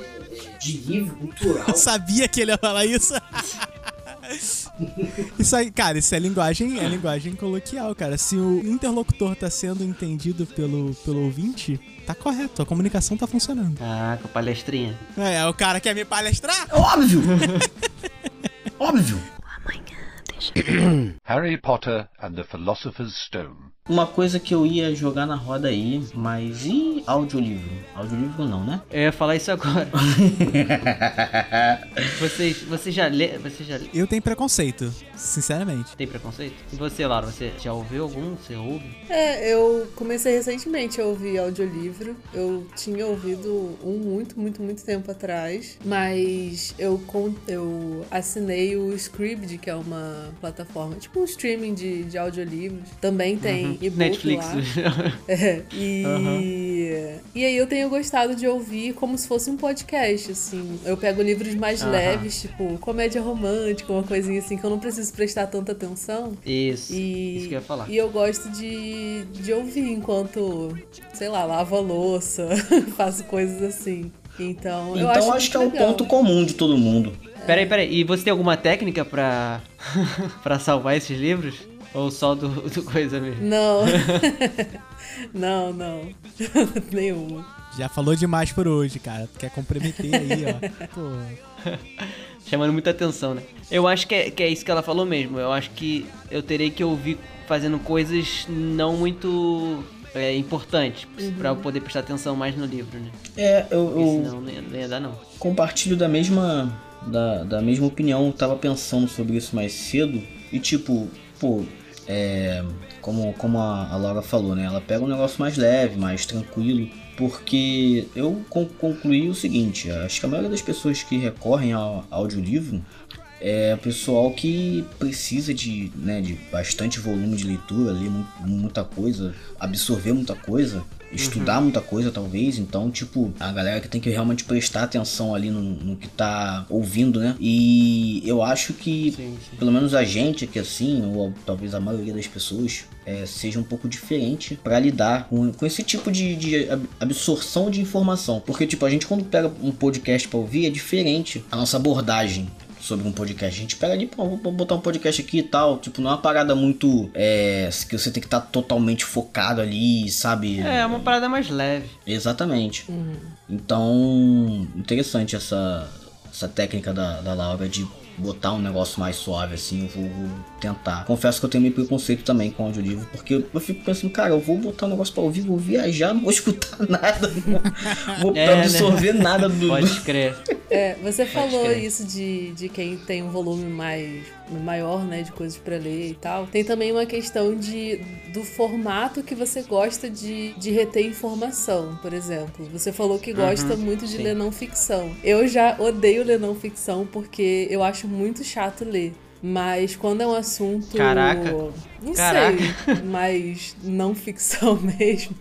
é, de livro cultural. Eu sabia que ele ia falar isso. Isso aí, cara, isso é linguagem, é linguagem coloquial, cara. Se o interlocutor tá sendo entendido pelo, pelo ouvinte, tá correto, a comunicação tá funcionando. Caraca, palestrinha. É, o cara quer me palestrar? Óbvio! Óbvio! Harry Potter and the Philosopher's Stone. Uma coisa que eu ia jogar na roda aí, mas e audiolivro? Audiolivro não, né? Eu ia falar isso agora. Vocês, você já lê, você já lê- Eu tenho preconceito, sinceramente. tem preconceito? E você, Laura, você já ouviu algum? Você ouve? É, eu comecei recentemente a ouvir audiolivro. Eu tinha ouvido um muito, muito, muito tempo atrás. Mas eu, con- eu assinei o Scribd, que é uma plataforma, tipo um streaming de, de audiolivros. Também tem e-book Netflix. lá. É, e, Aham. e aí eu tenho gostado de ouvir como se fosse um podcast, assim. Eu pego livros mais Aham. leves, tipo comédia romântica, uma coisinha assim, que eu não preciso prestar tanta atenção. Isso. E, Isso que eu ia falar. e eu gosto de, de ouvir enquanto, sei lá, lavo a louça, faço coisas assim. Então, eu Então acho, acho que é muito o legal. ponto comum de todo mundo. Peraí, peraí. E você tem alguma técnica pra, pra salvar esses livros? Ou só do, do coisa mesmo? Não. Não, não. Nenhuma. Já falou demais por hoje, cara. Quer comprometer aí, ó. Pô. Chamando muita atenção, né? Eu acho que é, que é isso que ela falou mesmo. Eu acho que eu terei que ouvir fazendo coisas não muito é, importantes uhum. pra eu poder prestar atenção mais no livro, né? É, eu... eu senão não ia, não ia dar, não. Compartilho da mesma, da, da mesma opinião. Eu tava pensando sobre isso mais cedo. E tipo, pô... É, como, como a, a Laura falou, né? Ela pega um negócio mais leve, mais tranquilo. Porque eu con- concluí o seguinte: acho que a maioria das pessoas que recorrem ao audiolivro é pessoal que precisa de, né, de bastante volume de leitura, ler mu- muita coisa, absorver muita coisa, estudar uhum. muita coisa talvez. Então, tipo, a galera que tem que realmente prestar atenção ali no, no que tá ouvindo, né? E eu acho que, sim, sim. pelo menos a gente aqui assim, ou talvez a maioria das pessoas, é, seja um pouco diferente para lidar com, com esse tipo de, de absorção de informação. Porque, tipo, a gente quando pega um podcast para ouvir, é diferente a nossa abordagem sobre um podcast. A gente pega ali, pô, vou botar um podcast aqui e tal. Tipo, não é uma parada muito... É, que você tem que estar tá totalmente focado ali, sabe? É, é uma parada mais leve. Exatamente. Uhum. Então, interessante essa, essa técnica da, da Laura de botar um negócio mais suave, assim. Eu vou, vou tentar. Confesso que eu tenho meio preconceito também com o audiolivro, porque eu fico pensando, cara, eu vou botar um negócio pra ouvir, vou viajar, não vou escutar nada, não vou é, absorver né? nada do... Pode crer. É, você falou isso de, de quem tem um volume mais maior, né, de coisas pra ler e tal. Tem também uma questão de, do formato que você gosta de, de reter informação, por exemplo. Você falou que gosta uhum, muito de sim. ler não ficção. Eu já odeio ler não ficção porque eu acho muito chato ler. Mas quando é um assunto... Caraca! Não Caraca. sei, mas não ficção mesmo.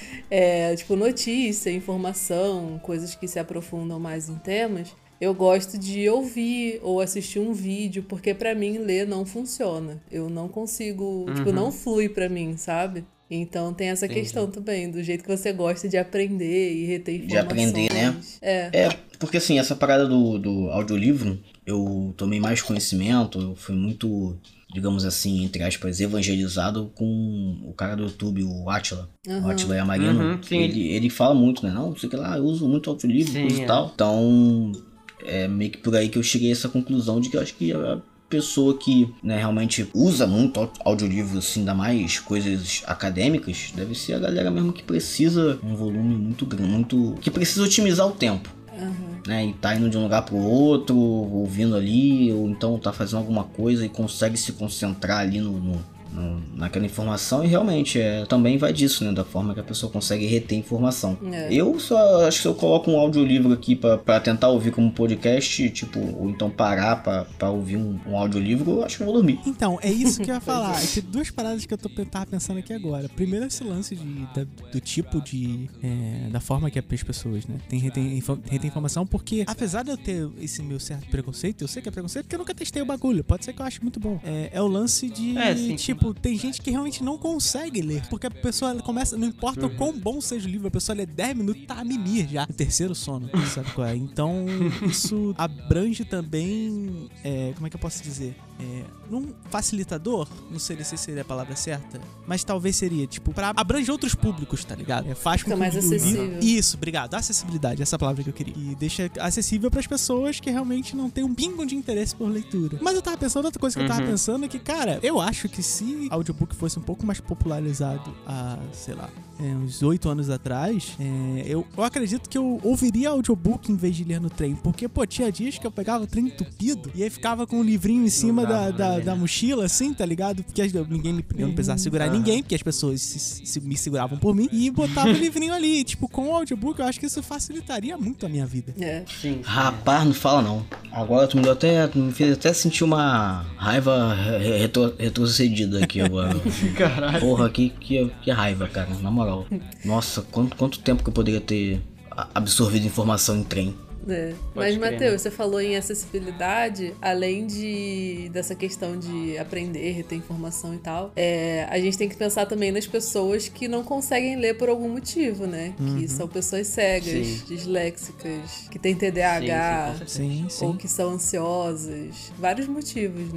É, tipo, notícia, informação, coisas que se aprofundam mais em temas, eu gosto de ouvir ou assistir um vídeo, porque pra mim ler não funciona. Eu não consigo, uhum. tipo, não flui pra mim, sabe? Então tem essa Entendi. questão também, do jeito que você gosta de aprender e reter informações. De aprender, né? É, é porque assim, essa parada do, do audiolivro, eu tomei mais conhecimento, eu fui muito... digamos assim, entre aspas, evangelizado com o cara do YouTube, o Átila. Uhum. O Átila Yamarino. Uhum, ele, ele fala muito, né? Não, não sei o que lá, eu uso muito audiolivro, sim, coisa é. e tal. Então, é meio que por aí que eu cheguei a essa conclusão de que eu acho que a pessoa que, né, realmente usa muito audiolivro, assim, ainda mais coisas acadêmicas, deve ser a galera mesmo que precisa um volume muito grande, muito... que precisa otimizar o tempo. Uhum. Né, e tá indo de um lugar pro outro, ouvindo ali, ou então tá fazendo alguma coisa e consegue se concentrar ali no, no, no, naquela informação, e realmente é, também vai disso, né, da forma que a pessoa consegue reter informação. É. Eu só acho que se eu coloco um audiolivro aqui pra, pra tentar ouvir como podcast, tipo, ou então parar pra, pra ouvir um, um audiolivro, eu acho que eu vou dormir. Então, é isso que eu ia falar. Tem duas paradas que eu tô, tava pensando aqui agora. Primeiro, esse lance de, da, do tipo de... É, da forma que as pessoas, né, tem retem, retem informação, porque apesar de eu ter esse meu certo preconceito, eu sei que é preconceito porque eu nunca testei o bagulho, pode ser que eu ache muito bom. É, é o lance de, é, sim, tipo, tem gente que realmente não consegue ler, porque a pessoa começa, não importa uhum. o quão bom seja o livro, a pessoa lê dez minutos e tá a mimir já, no terceiro sono, sabe qual é? Então, isso abrange também, é, como é que eu posso dizer? É, num facilitador, não sei se seria a palavra certa, mas talvez seria, tipo, pra abranger outros públicos, tá ligado? É, faz com Fica que mais o acessível. livro... Isso, obrigado. Acessibilidade, essa palavra que eu queria. E deixa acessível pras pessoas que realmente não têm um pingo de interesse por leitura. Mas eu tava pensando, outra coisa que uhum. eu tava pensando é que, cara, eu acho que se audiobook fosse um pouco mais popularizado há, sei lá, é, uns oito anos atrás, é, eu, eu acredito que eu ouviria audiobook em vez de ler no trem, porque, pô, tinha dias que eu pegava o trem entupido e aí ficava com um livrinho em cima não da, da, da mochila, assim, tá ligado? Porque ninguém me, eu não precisava segurar uhum. ninguém, porque as pessoas se, se, me seguravam por mim, e botava o livrinho ali. Tipo, com o audiobook, eu acho que isso facilitaria muito a minha vida. É. Sim, sim. Rapaz, não fala não. Agora tu me deu até, me fez até sentir uma raiva retro, retrocedida aqui agora. Caralho. Porra, que, que, que raiva, cara, na moral. Nossa, quanto, quanto tempo que eu poderia ter absorvido informação em trem. É. Mas, Matheus, você falou em acessibilidade, além de dessa questão de aprender, reter informação e tal, é, a gente tem que pensar também nas pessoas que não conseguem ler por algum motivo, né? Uhum. Que são pessoas cegas, sim. disléxicas, que têm T D A H, sim, sim, sim. ou que são ansiosas. Vários motivos, né?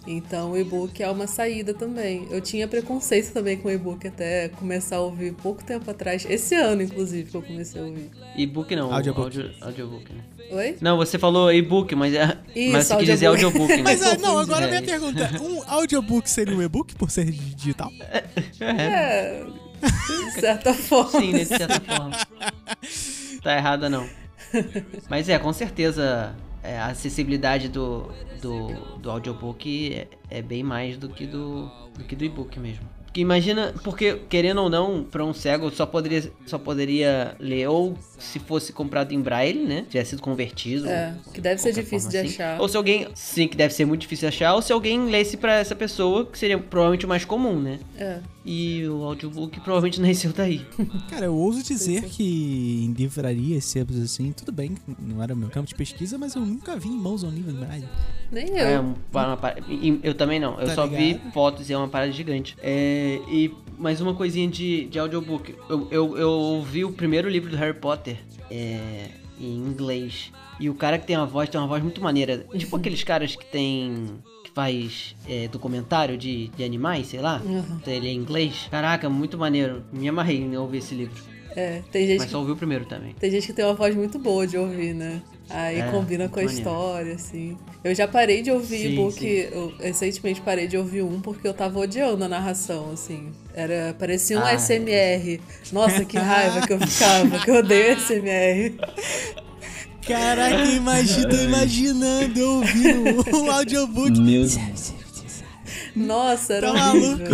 Então o e-book é uma saída também. Eu tinha preconceito também com o e-book até começar a ouvir pouco tempo atrás. Esse ano, inclusive, que eu comecei a ouvir. E-book não, Audiobook. audio, audiobook, né? Oi? Não, você falou e-book, mas, é, Isso, mas você quis dizer audiobook, né? Mas ah, não, Confundi. agora a É. minha pergunta é, um audiobook seria um e-book por ser digital? É, de certa forma. Sim, de certa forma. Tá errada não. Mas é, com certeza é, a acessibilidade do, do, do audiobook é, é bem mais do que do, do que do e-book mesmo. Porque imagina, porque querendo ou não, pra um cego só poderia, só poderia ler ou se fosse comprado em braille, né? Tivesse sido convertido. É, que deve ser qualquer difícil forma de assim. achar. Ou se alguém, sim, que deve ser muito difícil de achar, ou se alguém lesse pra essa pessoa, que seria provavelmente o mais comum, né? É. E o audiobook provavelmente nasceu daí. Cara, eu ouso dizer que em livrarias, sebos assim, tudo bem, não era meu campo de pesquisa, mas eu nunca vi em mãos um livro de braille. Nem É eu. uma, uma, par- e- eu também não, eu Tá só ligado? vi fotos e é uma parada gigante. É, e mais uma coisinha de, de audiobook. Eu, eu, eu ouvi o primeiro livro do Harry Potter é, em inglês. E o cara que tem uma voz, tem uma voz muito maneira. Tipo aqueles caras que tem. Que faz é, documentário de, de animais, sei lá. Uhum. Então ele é em inglês. Caraca, muito maneiro. Me amarrei em ouvir esse livro. É, tem gente, Mas só ouvi o primeiro também. tem gente que tem uma voz muito boa de ouvir, né? Aí É, combina com a muito maneiro. história, assim. Eu já parei de ouvir Sim, e-book, sim. eu recentemente parei de ouvir um porque eu tava odiando a narração, assim. Era, parecia um Ah, S M R. Nossa, que raiva que eu ficava, que eu odeio S M R. Caraca, imagina, tô imaginando eu ouvindo um audiobook. Meu Nossa, era Tá horrível.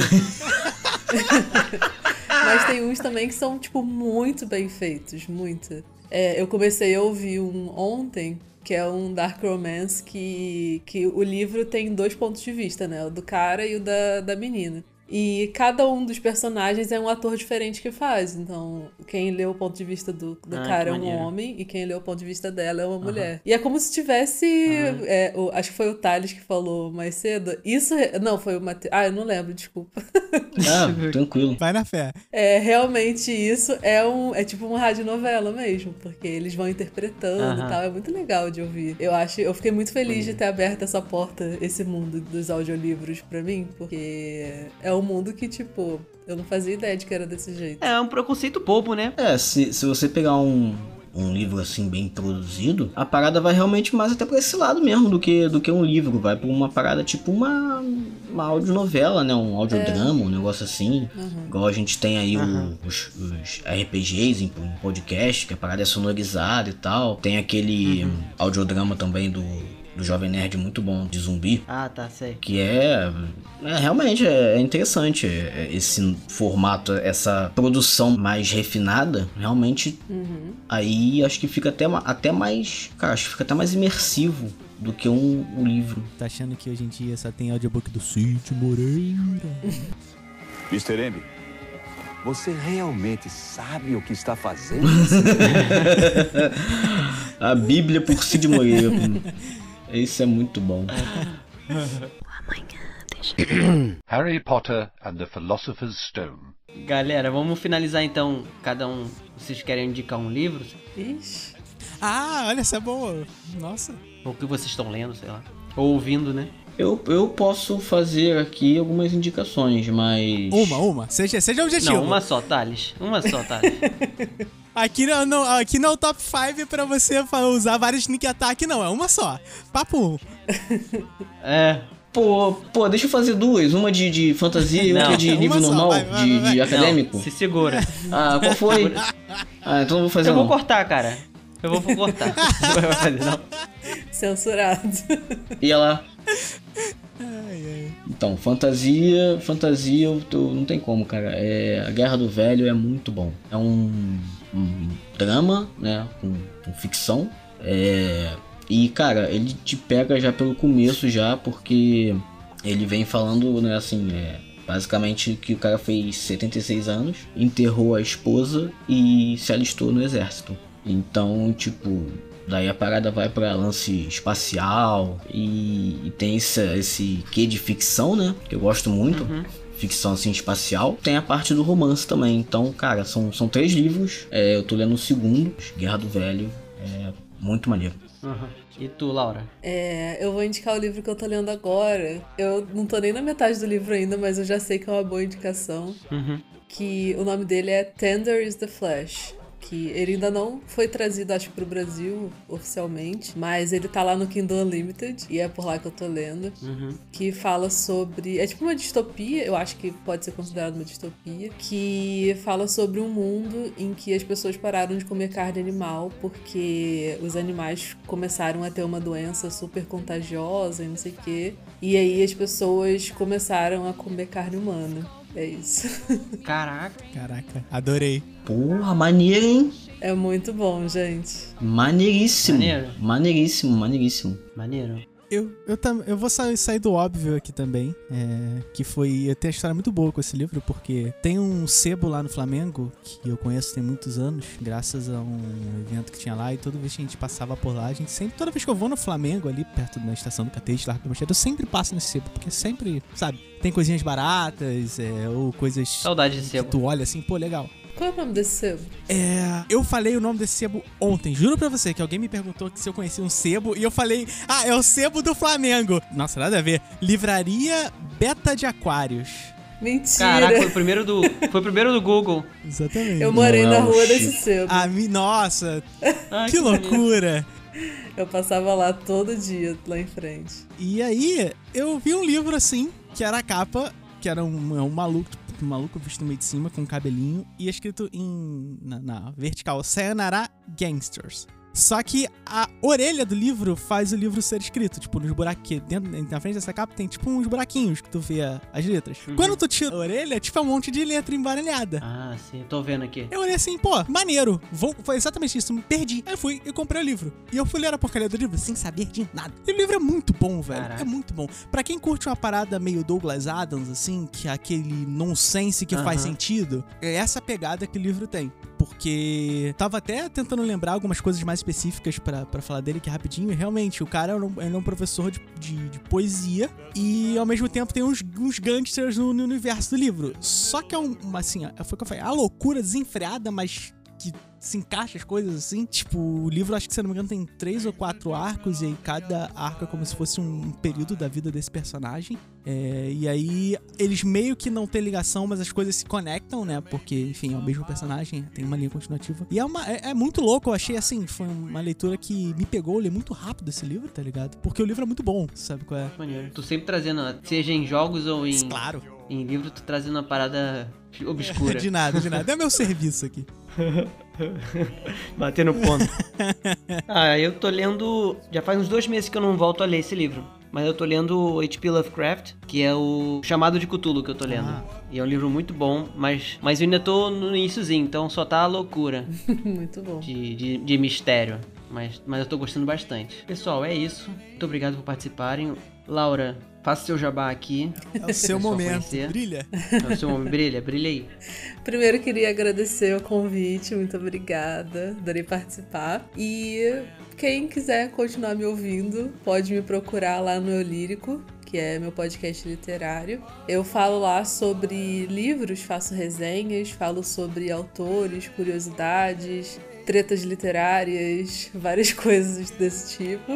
Mas tem uns também que são, tipo, muito bem feitos, muito. É, eu comecei a ouvir um ontem, que é um dark romance, que, que o livro tem dois pontos de vista, né? O do cara e o da, da menina. E cada um dos personagens é um ator diferente que faz. Então, quem lê o ponto de vista do, do Ah, cara que é um maneiro. homem e quem lê o ponto de vista dela é uma mulher. E é como se tivesse... é, o- acho que foi o Thales que falou mais cedo. Isso... re- Não, foi o Matheus. Ah, eu não lembro, desculpa. Ah, tranquilo. Vai na fé. É, realmente isso é um é tipo uma radionovela mesmo, porque eles vão interpretando Aham. e tal, é muito legal de ouvir. Eu acho, eu fiquei muito feliz de ter aberto essa porta, esse mundo dos audiolivros pra mim, porque é um mundo que tipo, eu não fazia ideia de que era desse jeito. É um preconceito bobo, né? É, se, se você pegar um, um livro assim bem produzido, a parada vai realmente mais até pra esse lado mesmo do que, do que um livro. Vai pra uma parada tipo uma, uma audionovela, né? Um audiodrama, um negócio assim. Igual a gente tem aí o- Aham. os, os R P Gs em, em podcast, que a parada é sonorizada e tal. Tem aquele audiodrama também do, do Jovem Nerd muito bom, de zumbi. Ah, tá, sei. Que é, é realmente é, é interessante é, é, esse formato, essa produção mais refinada, realmente aí acho que fica até, ma- até mais, cara, acho que fica até mais imersivo do que um, um livro. Tá achando que hoje em dia só tem audiobook do Cid Moreira? mister M, você realmente sabe o que está fazendo? A Bíblia por Cid Moreira. Isso é muito bom. Harry Potter and the Philosopher's Stone. Galera, vamos finalizar então. Cada um, vocês querem indicar um livro? Ixi. Ah, olha, essa é boa. Nossa. Ou o que vocês estão lendo, sei lá. Ou ouvindo, né? Eu, eu posso fazer aqui algumas indicações, mas... Uma, uma. Seja, seja objetivo. Não, uma só, Thales. Uma só, Thales. Aqui não, não, aqui não é o top cinco pra você fa- usar vários sneak attack, não. É uma só. Papo. É. Pô, pô, deixa eu fazer duas. Uma de, de fantasia e Não. outra de Uma livro só, normal, vai, vai, de, vai. de Não, acadêmico. Se segura. Ah, qual foi? Ah, então eu não vou fazer Eu vou não. cortar, cara. Eu vou vou cortar. Não vai fazer, não. Censurado. E ela... Ai, ai. Então, fantasia, fantasia, eu, eu- não tem como, cara. É, a Guerra do Velho é muito bom. É um, um drama, né, com, com ficção. É, e, cara, ele te pega já pelo começo já, porque ele vem falando, né, assim, é, basicamente que o cara fez setenta e seis anos, enterrou a esposa e se alistou no exército. Então, tipo... Daí a parada vai pra lance espacial e, e tem esse, esse quê de ficção, né? Que eu gosto muito. Ficção assim espacial. Tem a parte do romance também. Então, cara, são, são três livros. É, eu tô lendo o segundo, Guerra do Velho. É muito maneiro. Uhum. E tu, Laura? É, eu vou indicar o livro que eu tô lendo agora. Eu não tô nem na metade do livro ainda, mas eu já sei que é uma boa indicação. Uhum. Que o nome dele é Tender is the Flesh. Que ele ainda não foi trazido, acho, pro Brasil oficialmente, mas ele tá lá no Kindle Unlimited, e é por lá que eu tô lendo, Uhum. que fala sobre... É tipo uma distopia, eu acho que pode ser considerado uma distopia, que fala sobre um mundo em que as pessoas pararam de comer carne animal porque os animais começaram a ter uma doença super contagiosa e não sei o quê, e aí as pessoas começaram a comer carne humana. É isso. Caraca. Caraca, adorei. Porra, maneiro, hein? É muito bom, gente. Maneiríssimo. Maneiro. Maneiríssimo, maneiríssimo. Maneiro. Eu, eu, tam, eu vou sair, sair do óbvio aqui também, é, que foi... Eu tenho uma história muito boa com esse livro, porque tem um sebo lá no Flamengo, que eu conheço tem muitos anos, graças a um evento que tinha lá, e toda vez que a gente passava por lá, a gente sempre... Toda vez que eu vou no Flamengo, ali perto da estação do Catete, lá do Machado, eu sempre passo nesse sebo, porque sempre, sabe, tem coisinhas baratas, é, ou coisas... Saudade de sebo. Que tu olha assim, pô, legal. Qual é o nome desse sebo? É, eu falei o nome desse sebo ontem, juro pra você, que alguém me perguntou se eu conhecia um sebo, e eu falei, ah, é o sebo do Flamengo. Nossa, nada a ver. Livraria Beta de Aquários. Mentira. Caraca, foi o primeiro do, foi o primeiro do Google. Exatamente. Eu morei Não, na não, rua shit. desse sebo. A mi... Nossa, Ai, que loucura. Eu passava lá todo dia, lá em frente. E aí, eu vi um livro assim, que era a capa, que era um, um maluco, um maluco vestido meio de cima, com um cabelinho, e escrito em, na, na vertical, Sayonara Gangsters. Só que a orelha do livro faz o livro ser escrito, tipo, nos buraquinhos. Dentro, na frente dessa capa tem, tipo, uns buraquinhos que tu vê a- as letras. Uhum. Quando tu tira a orelha, tipo, é um monte de letra embaralhada. Ah, sim, tô vendo aqui. Eu olhei assim, pô, maneiro. Vou, foi exatamente isso, me perdi. Aí eu fui e comprei o livro. E eu fui ler a porcaria do livro sem saber de nada. E o livro é muito bom, velho. Caraca. É muito bom. Pra quem curte uma parada meio Douglas Adams, assim, que é aquele nonsense que faz Aham. sentido, é essa pegada que o livro tem. Porque tava até tentando lembrar algumas coisas mais específicas pra, pra falar dele aqui rapidinho. E realmente, o cara é um, ele é um professor de, de, de poesia e ao mesmo tempo tem uns, uns gangsters no, no universo do livro. Só que é um, uma, assim, ó, foi o que eu falei, a loucura desenfreada, mas que se encaixa as coisas assim. Tipo, o livro, acho que se eu não me engano, tem três ou quatro arcos, e aí cada arco é como se fosse um período da vida desse personagem. É, e aí eles meio que não têm ligação, mas as coisas se conectam, né? Porque, enfim, é o mesmo personagem, tem uma linha continuativa. E é, uma, é, é muito louco, eu achei assim, foi uma leitura que me pegou, eu li muito rápido esse livro, tá ligado? Porque o livro é muito bom, sabe qual é? Maneiro. Tu sempre trazendo, seja em jogos ou em, Claro. em livro, tu trazendo uma parada obscura. De nada, de nada. É meu serviço aqui. Batendo ponto. Ah, eu tô lendo... Já faz uns dois meses que eu não volto a ler esse livro. Mas eu tô lendo H P Lovecraft, que é o Chamado de Cthulhu que eu tô lendo. Ah. E é um livro muito bom, mas, mas eu ainda tô no iniciozinho, então só tá a loucura Muito bom. de, de, de mistério. Mas, mas eu tô gostando bastante. Pessoal, é isso. Muito obrigado por participarem. Laura, faça seu jabá aqui. É o seu Pessoal momento. conhecer. Brilha. É o seu momento. Brilha, brilha aí. Primeiro queria agradecer o convite, muito obrigada, adorei participar. E quem quiser continuar me ouvindo, pode me procurar lá no Eu Lírico, que é meu podcast literário. Eu falo lá sobre livros, faço resenhas, falo sobre autores, curiosidades, tretas literárias, várias coisas desse tipo.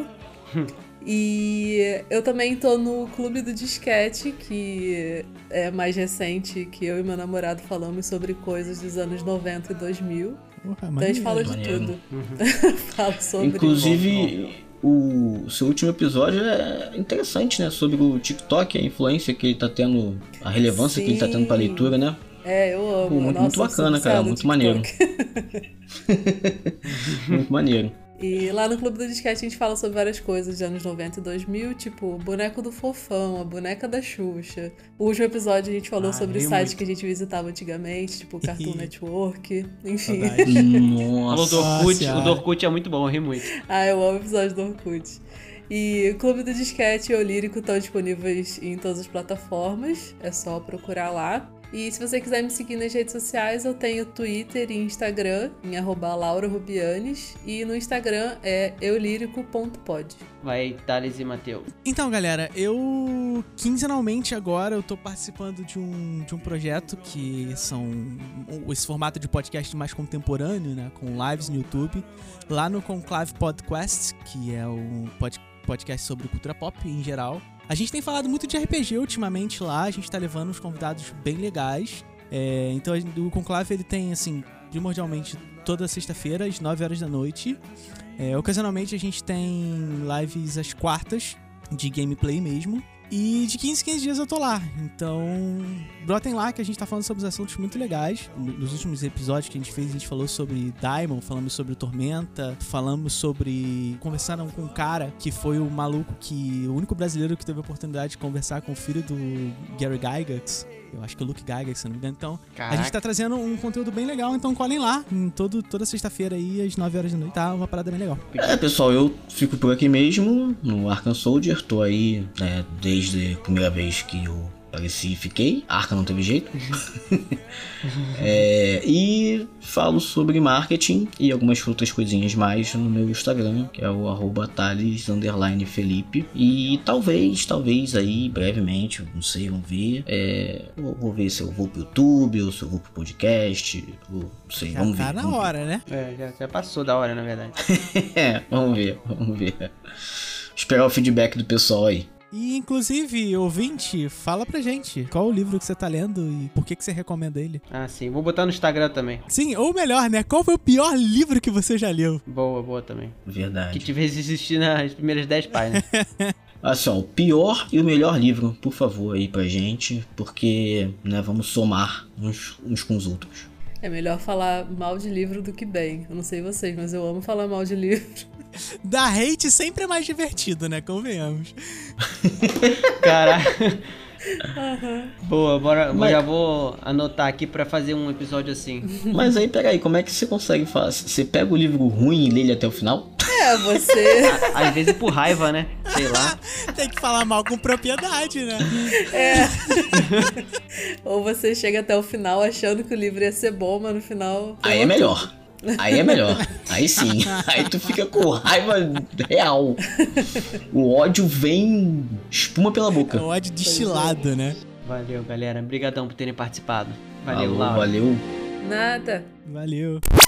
E eu também tô no Clube do Disquete, que é mais recente, que eu e meu namorado falamos sobre coisas dos anos noventa e dois mil. Porra, Então a gente fala de Maneiro. tudo. Falo sobre... Inclusive, o seu último episódio é interessante, né? Sobre o TikTok, a influência que ele tá tendo, a relevância que ele tá tendo pra leitura, né? É, eu amo. Pô, muito, Nossa, muito eu sou bacana, cara. viciada no Muito maneiro. TikTok. Muito maneiro. E lá no Clube do Disquete a gente fala sobre várias coisas dos anos noventa e dois mil, tipo o boneco do Fofão, a boneca da Xuxa. O último episódio a gente falou Ah, sobre ri sites muito. que a gente visitava antigamente, tipo o Cartoon Network, enfim. Saudade. Falou do Nossa. Orkut, Nossa, o do Orkut é muito bom, eu ri muito. Ah, eu amo o episódio do Orkut. E Clube do Disquete e o Lírico estão disponíveis em todas as plataformas, é só procurar lá. E se você quiser me seguir nas redes sociais, eu tenho Twitter e Instagram, em arroba Laura Rubianes, e no Instagram é eulírico ponto pod. Vai, Thales e Matheus. Então, galera, eu quinzenalmente agora eu tô participando de um, de um projeto que são esse formato de podcast mais contemporâneo, né, com lives no YouTube, lá no Conclave Podcast, que é um pod, podcast sobre cultura pop em geral. A gente tem falado muito de R P G ultimamente lá, a gente tá levando uns convidados bem legais. É, então o Conclave ele tem, assim, primordialmente toda sexta-feira, às nove horas da noite. É, ocasionalmente a gente tem lives às quartas, de gameplay mesmo. E de quinze em quinze dias eu tô lá. Então, brotem lá que a gente tá falando sobre os assuntos muito legais. Nos últimos episódios que a gente fez, a gente falou sobre Daimon, falamos sobre o Tormenta, falamos sobre... Conversaram com um cara que foi o maluco que... O único brasileiro que teve a oportunidade de conversar com o filho do Gary Gygax. Eu acho que é o Luke Gygax, se não me engano. Então, Caraca. A gente tá trazendo um conteúdo bem legal. Então, colhem lá, em todo, toda sexta-feira aí, às nove horas da noite. Tá uma parada bem legal. É, pessoal, eu fico por aqui mesmo, no Arkham Soldier. Tô aí, né, desde a primeira vez que eu apareci e fiquei. Arca não teve jeito. é, e falo sobre marketing e algumas outras coisinhas mais no meu Instagram, que é o arroba Thales underline Felipe. E talvez, talvez aí, brevemente, não sei, vamos ver. É, vou, vou ver se eu vou pro YouTube ou se eu vou pro podcast. Ou, não sei, já vamos tá ver. na vamos hora, ver. né? É, já, já passou da hora, na verdade. é, vamos ver, vamos ver. Esperar o feedback do pessoal aí. E, inclusive, ouvinte, fala pra gente qual o livro que você tá lendo e por que, que você recomenda ele. Ah, sim. Vou botar no Instagram também. Sim, ou melhor, né? Qual foi o pior livro que você já leu? Boa, boa também. Verdade. Que tivesse existir nas primeiras dez páginas. Assim, ó, o pior e o melhor livro, por favor, aí pra gente, porque, né, vamos somar uns, uns com os outros. É melhor falar mal de livro do que bem. Eu não sei vocês, mas eu amo falar mal de livro. Dar hate sempre é mais divertido, né? Convenhamos. Caraca. Uhum. Boa, bora, mas... já vou anotar aqui pra fazer um episódio assim. Mas aí, peraí, como é que você consegue fazer? Você pega o livro ruim e lê ele até o final? É, você... Às vezes por raiva, né? Sei lá. Tem que falar mal com propriedade, né? É. Ou você chega até o final achando que o livro ia ser bom, mas no final... Aí é melhor. Aí é melhor. Aí sim. Aí tu fica com raiva real. O ódio vem espuma pela boca. É o ódio destilado, né? Valeu, galera. Obrigadão por terem participado. Valeu, Alô, Laura. Valeu. Nada. Valeu.